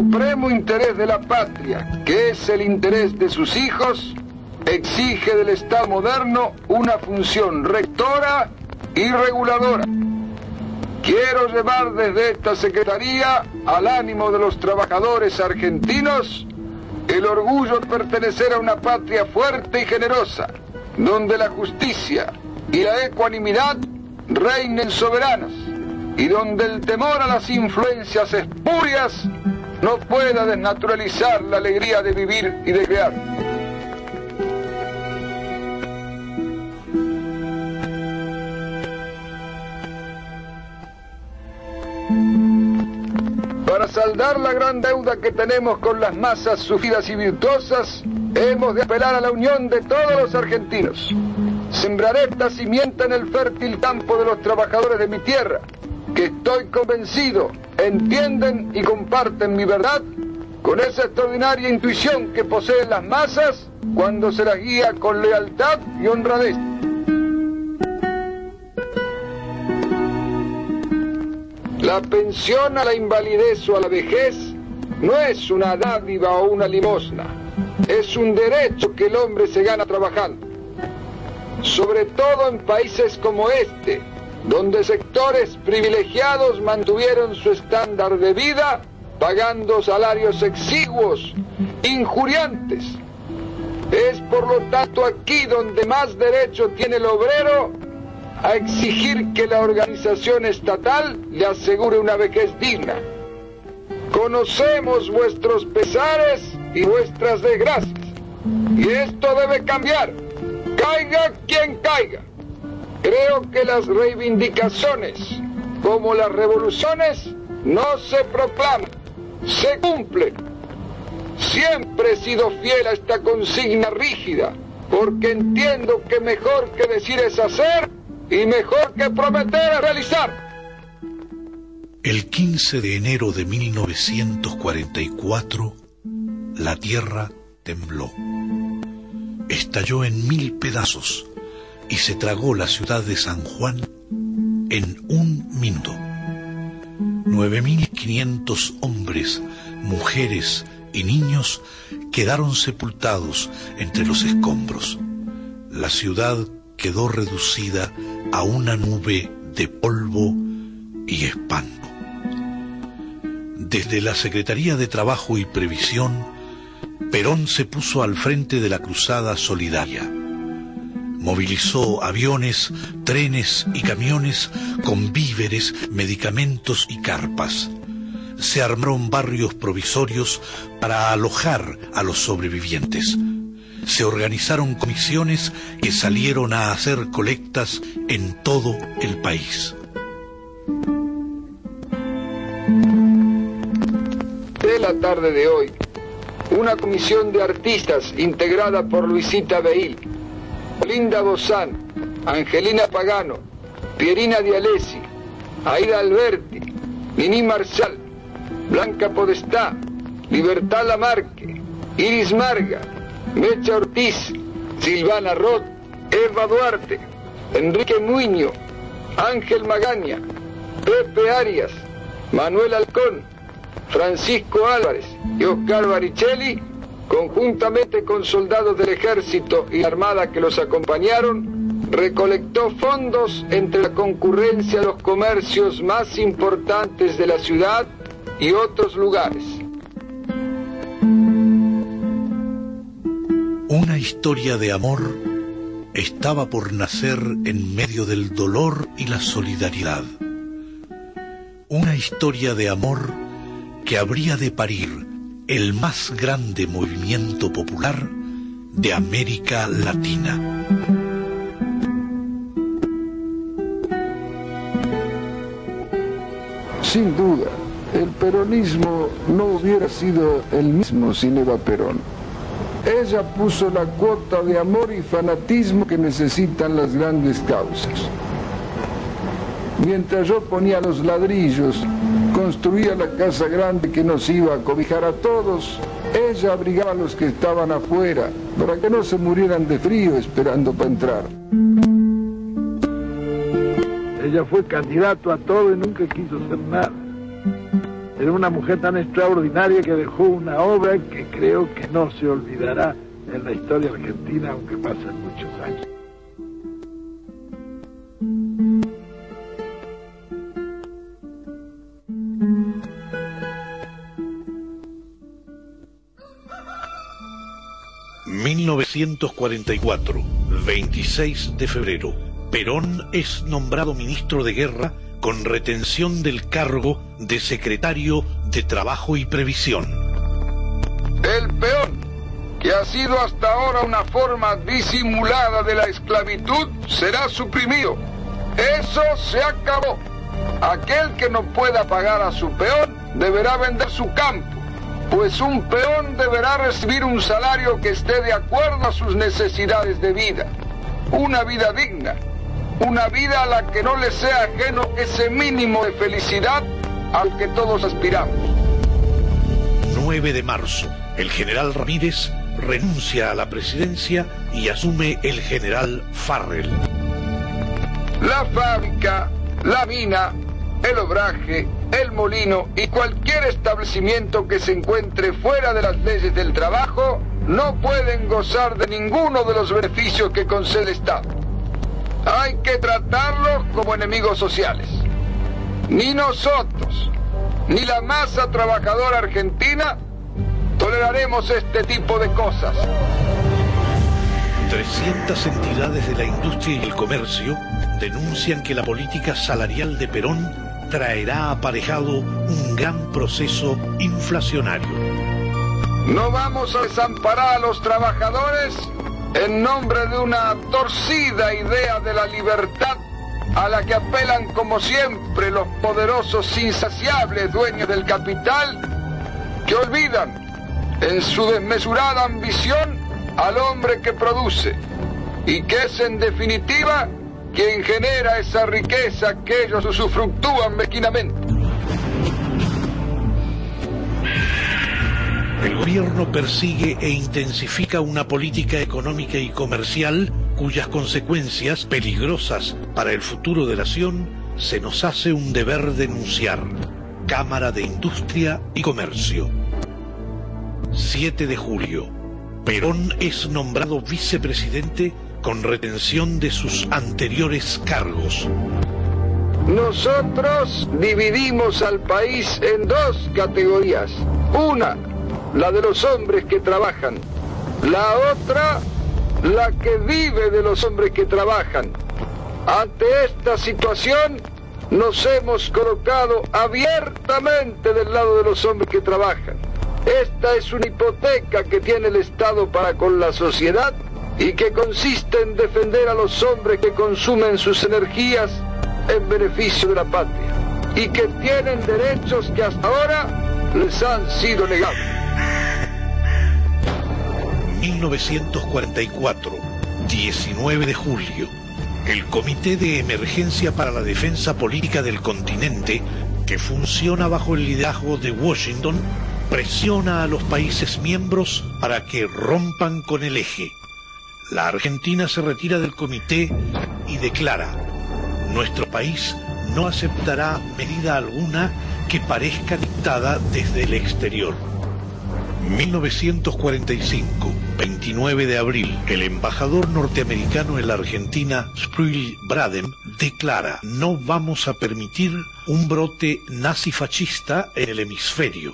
supremo interés de la patria, que es el interés de sus hijos, exige del Estado moderno una función rectora y reguladora. Quiero llevar desde esta Secretaría al ánimo de los trabajadores argentinos el orgullo de pertenecer a una patria fuerte y generosa, donde la justicia y la ecuanimidad reinen soberanas y donde el temor a las influencias espurias no pueda desnaturalizar la alegría de vivir y de crear. Para saldar la gran deuda que tenemos con las masas sufridas y virtuosas, hemos de apelar a la unión de todos los argentinos. Sembraré esta simiente en el fértil campo de los trabajadores de mi tierra, que estoy convencido, entienden y comparten mi verdad con esa extraordinaria intuición que poseen las masas cuando se las guía con lealtad y honradez. La pensión a la invalidez o a la vejez no es una dádiva o una limosna, es un derecho que el hombre se gana trabajando. Sobre todo en países como este, donde sectores privilegiados mantuvieron su estándar de vida pagando salarios exiguos, injuriantes. Es por lo tanto aquí donde más derecho tiene el obrero a exigir que la organización estatal le asegure una vejez digna. Conocemos vuestros pesares y vuestras desgracias, y esto debe cambiar, caiga quien caiga. Creo que las reivindicaciones, como las revoluciones, no se proclaman, se cumplen. Siempre he sido fiel a esta consigna rígida, porque entiendo que mejor que decir es hacer, y mejor que prometer es realizar. El 15 de enero de 1944, la tierra tembló. Estalló en 1000 pedazos y se tragó la ciudad de San Juan en 1 minuto. 9.500 hombres, mujeres y niños quedaron sepultados entre los escombros. La ciudad quedó reducida a una nube de polvo y espanto. Desde la Secretaría de Trabajo y Previsión, Perón se puso al frente de la cruzada solidaria. Movilizó aviones, trenes y camiones con víveres, medicamentos y carpas. Se armaron barrios provisorios para alojar a los sobrevivientes. Se organizaron comisiones que salieron a hacer colectas en todo el país. De la tarde de hoy, una comisión de artistas integrada por Luisita Beil, Linda Bozán, Angelina Pagano, Pierina Dialesi, Aida Alberti, Nini Marshall, Blanca Podestá, Libertad Lamarque, Iris Marga, Mecha Ortiz, Silvana Roth, Eva Duarte, Enrique Muño, Ángel Magaña, Pepe Arias, Manuel Halcón, Francisco Álvarez y Oscar Baricelli, conjuntamente con soldados del ejército y la armada que los acompañaron, recolectó fondos entre la concurrencia de los comercios más importantes de la ciudad y otros lugares. Una historia de amor estaba por nacer en medio del dolor y la solidaridad. Una historia de amor que habría de parir el más grande movimiento popular de América Latina. Sin duda, el peronismo no hubiera sido el mismo sin Eva Perón. Ella puso la cuota de amor y fanatismo que necesitan las grandes causas. Mientras yo ponía los ladrillos, construía la casa grande que nos iba a cobijar a todos, ella abrigaba a los que estaban afuera, para que no se murieran de frío esperando para entrar. Ella fue candidato a todo y nunca quiso ser nada. Era una mujer tan extraordinaria que dejó una obra que creo que no se olvidará en la historia argentina, aunque pasen muchos años. ...1944, 26 de febrero... Perón es nombrado ministro de Guerra con retención del cargo de secretario de Trabajo y Previsión. El peón, que ha sido hasta ahora una forma disimulada de la esclavitud, será suprimido. Eso se acabó. Aquel que no pueda pagar a su peón deberá vender su campo, pues un peón deberá recibir un salario que esté de acuerdo a sus necesidades de vida. Una vida digna, una vida a la que no le sea ajeno ese mínimo de felicidad al que todos aspiramos. 9 de marzo, el general Ramírez renuncia a la presidencia y asume el general Farrell. La fábrica, la mina, el obraje, el molino y cualquier establecimiento que se encuentre fuera de las leyes del trabajo no pueden gozar de ninguno de los beneficios que concede el Estado. Hay que tratarlos como enemigos sociales. Ni nosotros, ni la masa trabajadora argentina toleraremos este tipo de cosas. 300 entidades de la industria y el comercio denuncian que la política salarial de Perón traerá aparejado un gran proceso inflacionario. No vamos a desamparar a los trabajadores en nombre de una torcida idea de la libertad a la que apelan como siempre los poderosos insaciables dueños del capital, que olvidan en su desmesurada ambición al hombre que produce y que es en definitiva quien genera esa riqueza que ellos usufructúan mezquinamente. El gobierno persigue e intensifica una política económica y comercial cuyas consecuencias peligrosas para el futuro de la nación se nos hace un deber denunciar. Cámara de Industria y Comercio. 7 de julio. Perón es nombrado vicepresidente con retención de sus anteriores cargos. Nosotros dividimos al país en dos categorías. Una, la de los hombres que trabajan. La otra, la que vive de los hombres que trabajan. Ante esta situación, nos hemos colocado abiertamente del lado de los hombres que trabajan. Esta es una hipoteca que tiene el Estado para con la sociedad y que consiste en defender a los hombres que consumen sus energías en beneficio de la patria y que tienen derechos que hasta ahora les han sido negados. 1944, 19 de julio. El Comité de Emergencia para la Defensa Política del Continente, que funciona bajo el liderazgo de Washington, presiona a los países miembros para que rompan con el eje. La Argentina se retira del comité y declara: nuestro país no aceptará medida alguna que parezca dictada desde el exterior. 1945, 29 de abril, el embajador norteamericano en la Argentina, Sproul Bradem, declara: no vamos a permitir un brote nazifascista en el hemisferio.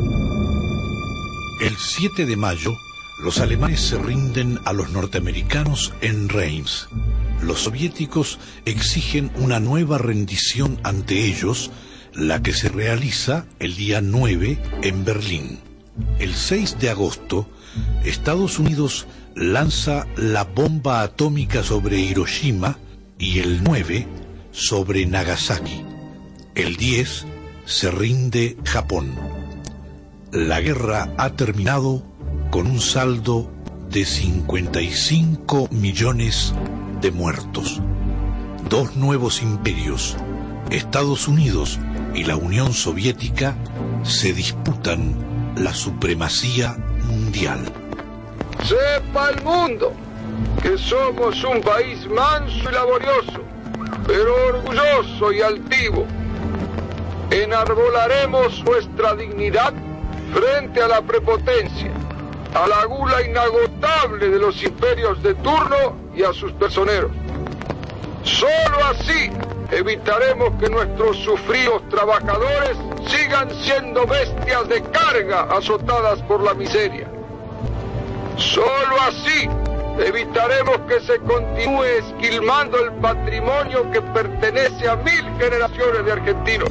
El 7 de mayo, los alemanes se rinden a los norteamericanos en Reims. Los soviéticos exigen una nueva rendición ante ellos, la que se realiza el día 9 en Berlín. El 6 de agosto, Estados Unidos lanza la bomba atómica sobre Hiroshima y el 9 sobre Nagasaki. El 10 se rinde Japón. La guerra ha terminado con un saldo de 55 millones de muertos. Dos nuevos imperios, Estados Unidos y la Unión Soviética, se disputan la supremacía mundial. Sepa el mundo que somos un país manso y laborioso, pero orgulloso y altivo. Enarbolaremos nuestra dignidad frente a la prepotencia, a la gula inagotable de los imperios de turno y a sus personeros. Solo así evitaremos que nuestros sufridos trabajadores sigan siendo bestias de carga azotadas por la miseria. Solo así evitaremos que se continúe esquilmando el patrimonio que pertenece a 1000 generaciones de argentinos.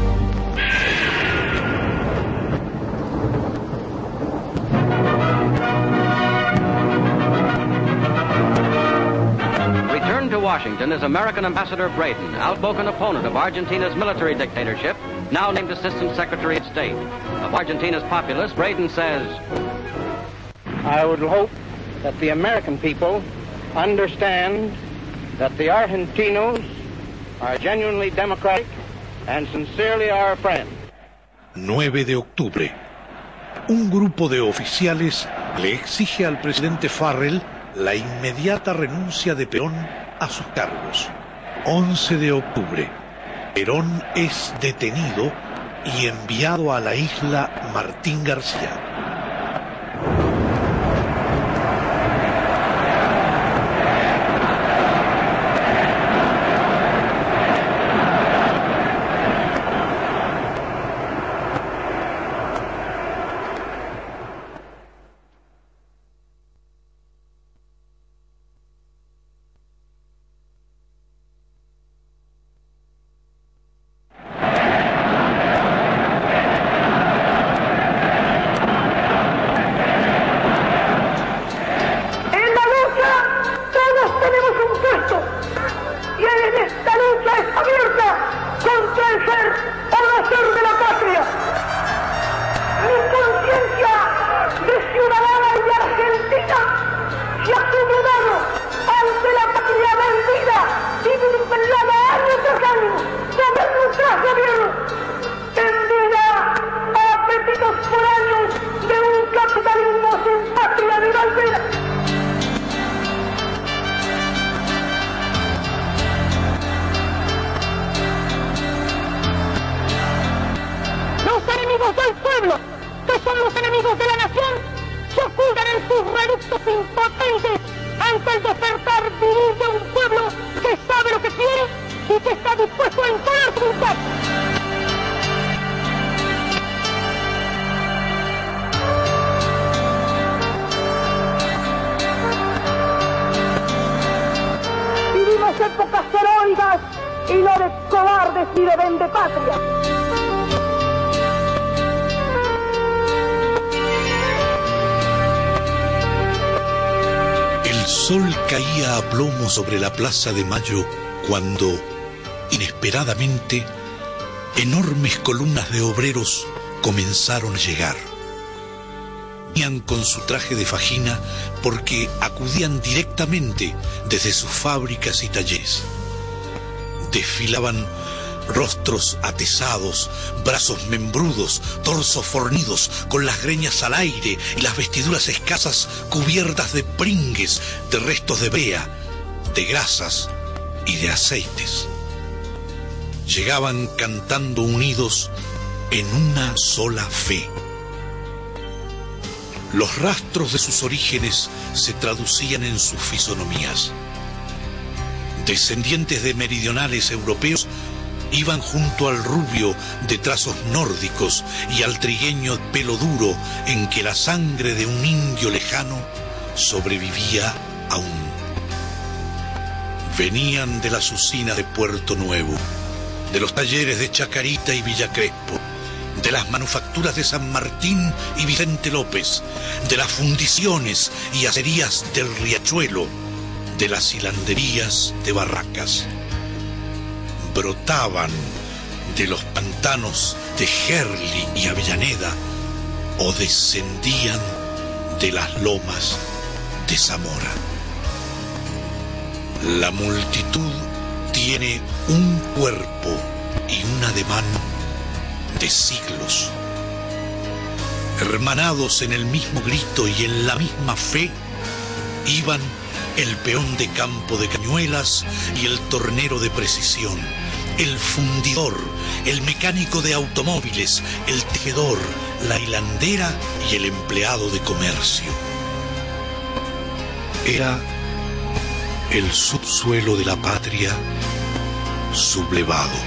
Returned to Washington is American Ambassador Braden, outspoken opponent of Argentina's military dictatorship, now named Assistant Secretary of State. Of Argentina's populace, Braden says, I would hope that the American people understand that the Argentinos are genuinely democratic and sincerely our friends. 9 de octubre. Un grupo de oficiales le exige al presidente Farrell la inmediata renuncia de Perón a sus cargos. 11 de octubre. Perón es detenido y enviado a la isla Martín García. Épocas heroicas y no de cobardes ni de vendepatria. El sol caía a plomo sobre la Plaza de Mayo cuando, inesperadamente, enormes columnas de obreros comenzaron a llegar. Venían con su traje de fajina porque acudían directamente desde sus fábricas y talleres. Desfilaban rostros atesados, brazos membrudos, torsos fornidos, con las greñas al aire y las vestiduras escasas cubiertas de pringues, de restos de brea, de grasas y de aceites. Llegaban cantando unidos en una sola fe. Los rastros de sus orígenes se traducían en sus fisonomías. Descendientes de meridionales europeos iban junto al rubio de trazos nórdicos y al trigueño pelo duro en que la sangre de un indio lejano sobrevivía aún. Venían de las usinas de Puerto Nuevo, de los talleres de Chacarita y Villa Crespo, de las manufacturas de San Martín y Vicente López, de las fundiciones y acerías del Riachuelo, de las hilanderías de Barracas. Brotaban de los pantanos de Gerli y Avellaneda o descendían de las lomas de Zamora. La multitud tiene un cuerpo y un ademán de siglos. Hermanados en el mismo grito y en la misma fe, iban el peón de campo de Cañuelas y el tornero de precisión, el fundidor, el mecánico de automóviles, el tejedor, la hilandera y el empleado de comercio. Era el subsuelo de la patria sublevado.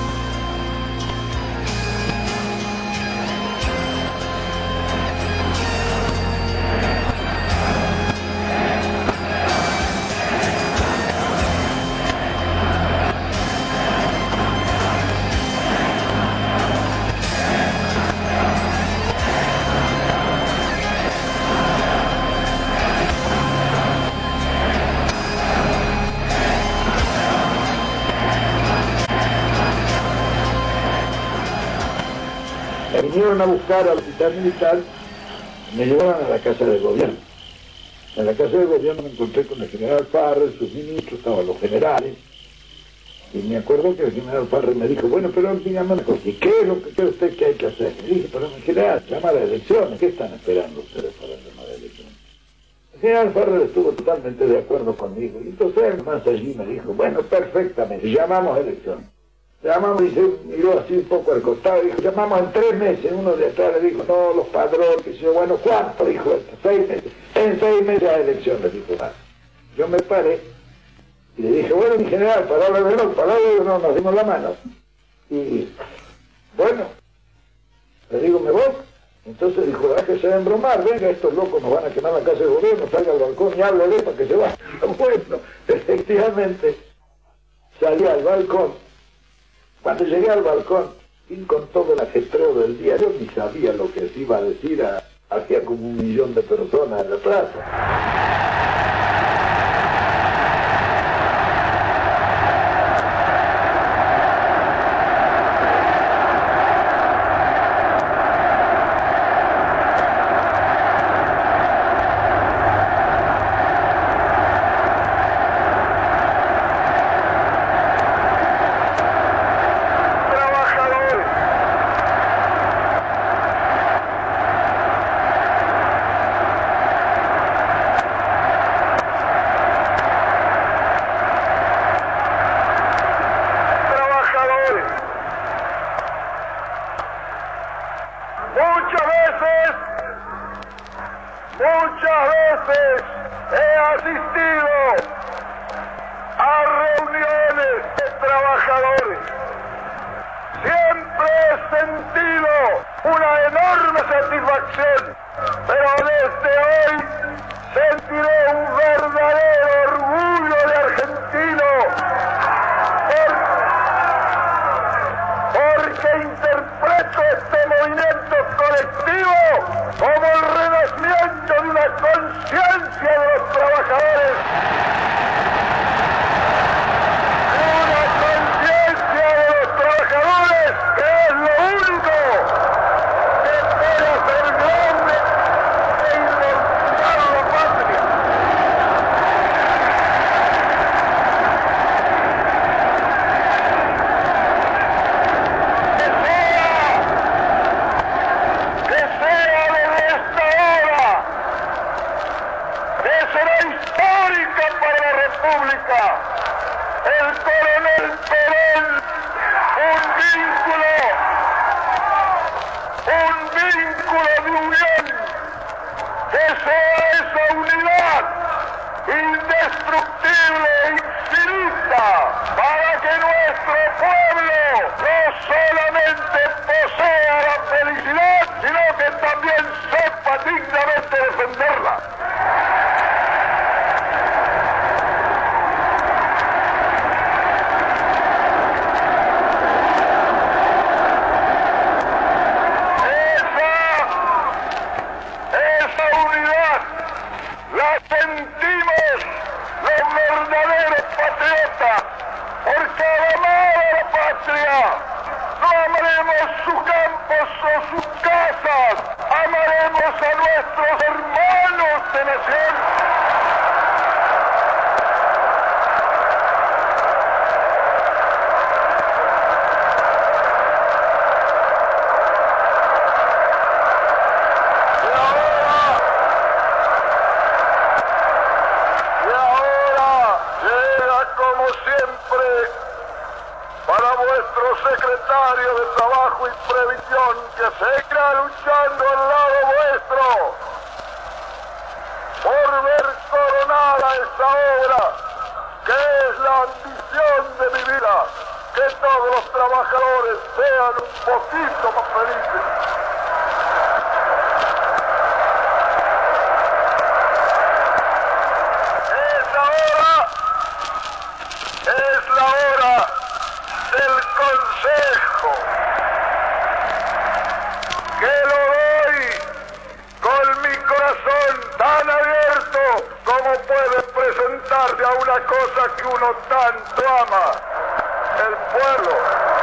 Me vinieron a buscar al hospital militar, me llevaron a la casa del gobierno. En la casa del gobierno me encontré con el general Farrer, sus ministros, estaban los generales, y me acuerdo que el general Farrer me dijo, bueno, pero dígame una cosa, ¿y qué es lo que cree usted que hay que hacer? Le dije, pero mi general, llama a las elecciones, ¿qué están esperando ustedes para llamar a elecciones? El general Farrer estuvo totalmente de acuerdo conmigo, y entonces él más allí me dijo, bueno, perfectamente, llamamos a elecciones. Llamamos y se miró así un poco al costado y dijo, llamamos en 3 meses. Uno de atrás le dijo, no, los padrones, que yo, bueno, ¿cuánto? Dijo esto, 6 meses. En 6 meses a elecciones, dijo más. Yo me paré y le dije, bueno, mi general, palabra de no, nos dimos la mano. Y bueno, le digo, me voy. Entonces dijo, déjese de embromar, venga, estos locos nos van a quemar la casa del gobierno, salga al balcón y háblale para que se vaya. Bueno, efectivamente, salí al balcón. Cuando llegué al balcón, y con todo el ajetreo del día, yo ni sabía lo que se iba a decir, hacía como 1 millón de personas en la plaza. Muchas veces he asistido a reuniones de trabajadores. Siempre he sentido una enorme satisfacción, pero desde hoy sentiré un verdadero orgullo de argentino, porque interpreto este movimiento colectivo como el renacimiento de una conciencia de los trabajadores, una conciencia de los trabajadores que es lo único que puede hacer grande e inmortal la patria. Será histórica para vuestro secretario de Trabajo y Previsión, que seguirá luchando al lado vuestro por ver coronada esta obra, que es la ambición de mi vida, que todos los trabajadores sean un poquito más felices. Es la hora del consejo, que lo doy con mi corazón tan abierto como puede presentarse a una cosa que uno tanto ama, el pueblo.